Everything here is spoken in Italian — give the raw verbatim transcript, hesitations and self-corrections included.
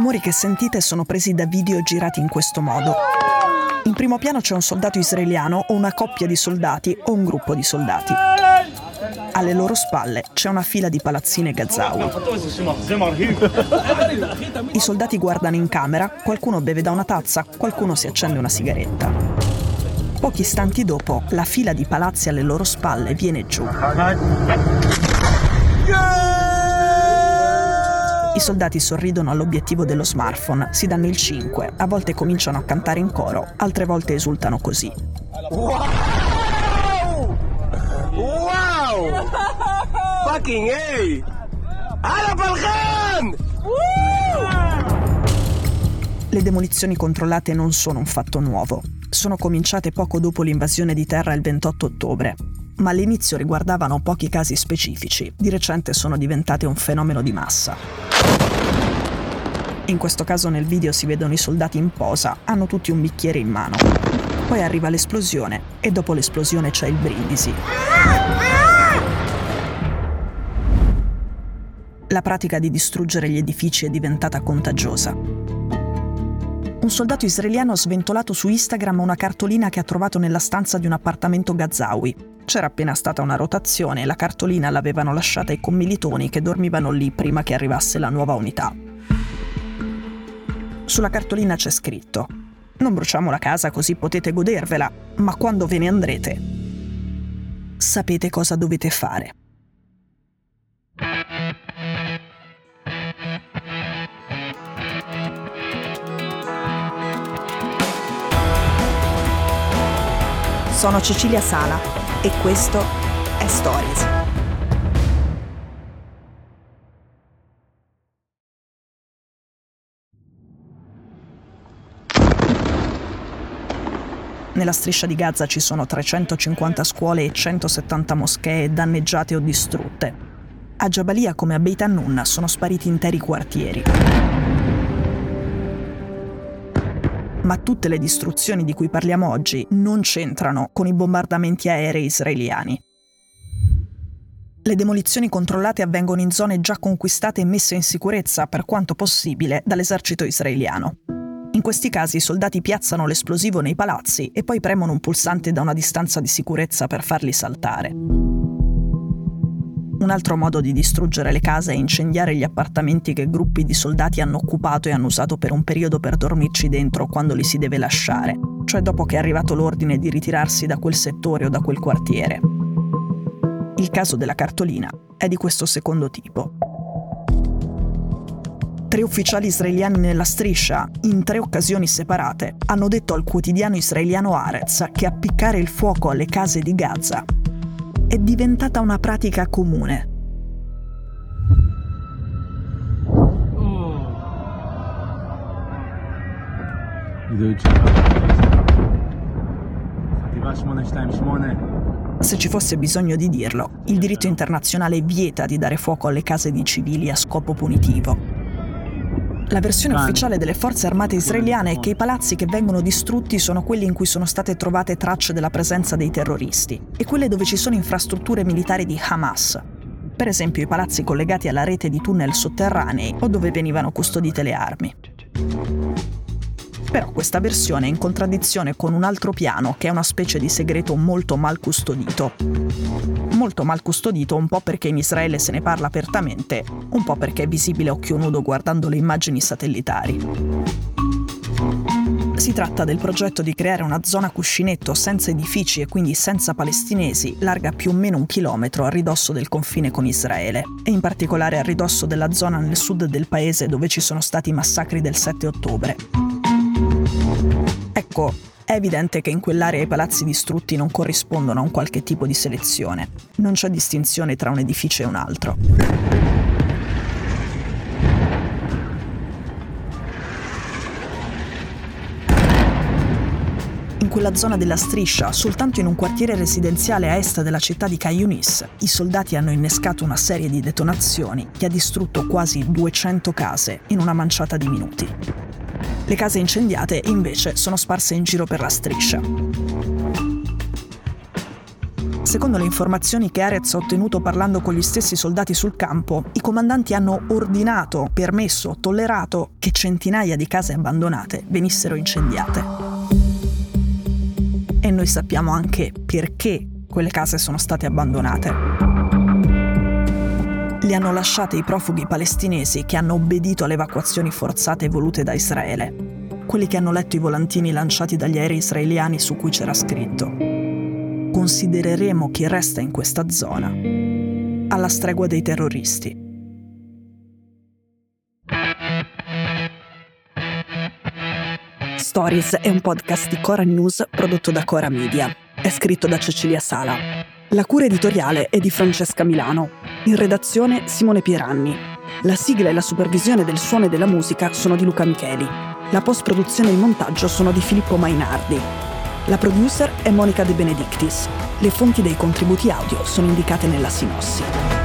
rumori che sentite sono presi da video girati in questo modo. In primo piano c'è un soldato israeliano o una coppia di soldati o un gruppo di soldati. Alle loro spalle c'è una fila di palazzine Gazawi. I soldati guardano in camera, qualcuno beve da una tazza, qualcuno si accende una sigaretta. Pochi istanti dopo, la fila di palazzi alle loro spalle viene giù. I soldati sorridono all'obiettivo dello smartphone, si danno il cinque, a volte cominciano a cantare in coro, altre volte esultano così. Wow! Wow! Fucking hey! Arab al-Khan! Le demolizioni controllate non sono un fatto nuovo. Sono cominciate poco dopo l'invasione di terra il ventotto ottobre. Ma all'inizio riguardavano pochi casi specifici, di recente sono diventate un fenomeno di massa. In questo caso nel video si vedono i soldati in posa, hanno tutti un bicchiere in mano. Poi arriva l'esplosione e dopo l'esplosione c'è il brindisi. La pratica di distruggere gli edifici è diventata contagiosa. Un soldato israeliano ha sventolato su Instagram una cartolina che ha trovato nella stanza di un appartamento Gazawi. C'era appena stata una rotazione e la cartolina l'avevano lasciata ai commilitoni che dormivano lì prima che arrivasse la nuova unità. Sulla cartolina c'è scritto: non bruciamo la casa così potete godervela, ma quando ve ne andrete, sapete cosa dovete fare. Sono Cecilia Sala e questo è Stories. Nella striscia di Gaza ci sono trecentocinquanta scuole e centosettanta moschee danneggiate o distrutte. A Jabalia come a Beit Hanun sono spariti interi quartieri. Ma tutte le distruzioni di cui parliamo oggi non c'entrano con i bombardamenti aerei israeliani. Le demolizioni controllate avvengono in zone già conquistate e messe in sicurezza, per quanto possibile, dall'esercito israeliano. In questi casi i soldati piazzano l'esplosivo nei palazzi e poi premono un pulsante da una distanza di sicurezza per farli saltare. Un altro modo di distruggere le case è incendiare gli appartamenti che gruppi di soldati hanno occupato e hanno usato per un periodo per dormirci dentro quando li si deve lasciare, cioè dopo che è arrivato l'ordine di ritirarsi da quel settore o da quel quartiere. Il caso della cartolina è di questo secondo tipo. Tre ufficiali israeliani nella striscia, in tre occasioni separate, hanno detto al quotidiano israeliano Haaretz che appiccare il fuoco alle case di Gaza è diventata una pratica comune. Se ci fosse bisogno di dirlo, il diritto internazionale vieta di dare fuoco alle case di civili a scopo punitivo. La versione ufficiale delle forze armate israeliane è che i palazzi che vengono distrutti sono quelli in cui sono state trovate tracce della presenza dei terroristi e quelle dove ci sono infrastrutture militari di Hamas, per esempio i palazzi collegati alla rete di tunnel sotterranei o dove venivano custodite le armi. Però questa versione è in contraddizione con un altro piano che è una specie di segreto molto mal custodito. Molto mal custodito un po' perché in Israele se ne parla apertamente, un po' perché è visibile a occhio nudo guardando le immagini satellitari. Si tratta del progetto di creare una zona cuscinetto senza edifici e quindi senza palestinesi, larga più o meno un chilometro a ridosso del confine con Israele, e in particolare a ridosso della zona nel sud del paese dove ci sono stati i massacri del sette ottobre. Ecco, è evidente che in quell'area i palazzi distrutti non corrispondono a un qualche tipo di selezione. Non c'è distinzione tra un edificio e un altro. In quella zona della striscia, soltanto in un quartiere residenziale a est della città di Khan Yunis, i soldati hanno innescato una serie di detonazioni che ha distrutto quasi duecento case in una manciata di minuti. Le case incendiate, invece, sono sparse in giro per la striscia. Secondo le informazioni che Erez ha ottenuto parlando con gli stessi soldati sul campo, i comandanti hanno ordinato, permesso, tollerato che centinaia di case abbandonate venissero incendiate. E noi sappiamo anche perché quelle case sono state abbandonate. Le hanno lasciate i profughi palestinesi che hanno obbedito alle evacuazioni forzate volute da Israele, quelli che hanno letto i volantini lanciati dagli aerei israeliani su cui c'era scritto: considereremo chi resta in questa zona alla stregua dei terroristi. Stories è un podcast di Cora News prodotto da Cora Media. È scritto da Cecilia Sala. La cura editoriale è di Francesca Milano. In redazione Simone Pieranni. La sigla e la supervisione del suono e della musica sono di Luca Micheli. La post-produzione e il montaggio sono di Filippo Mainardi. La producer è Monica De Benedictis. Le fonti dei contributi audio sono indicate nella sinossi.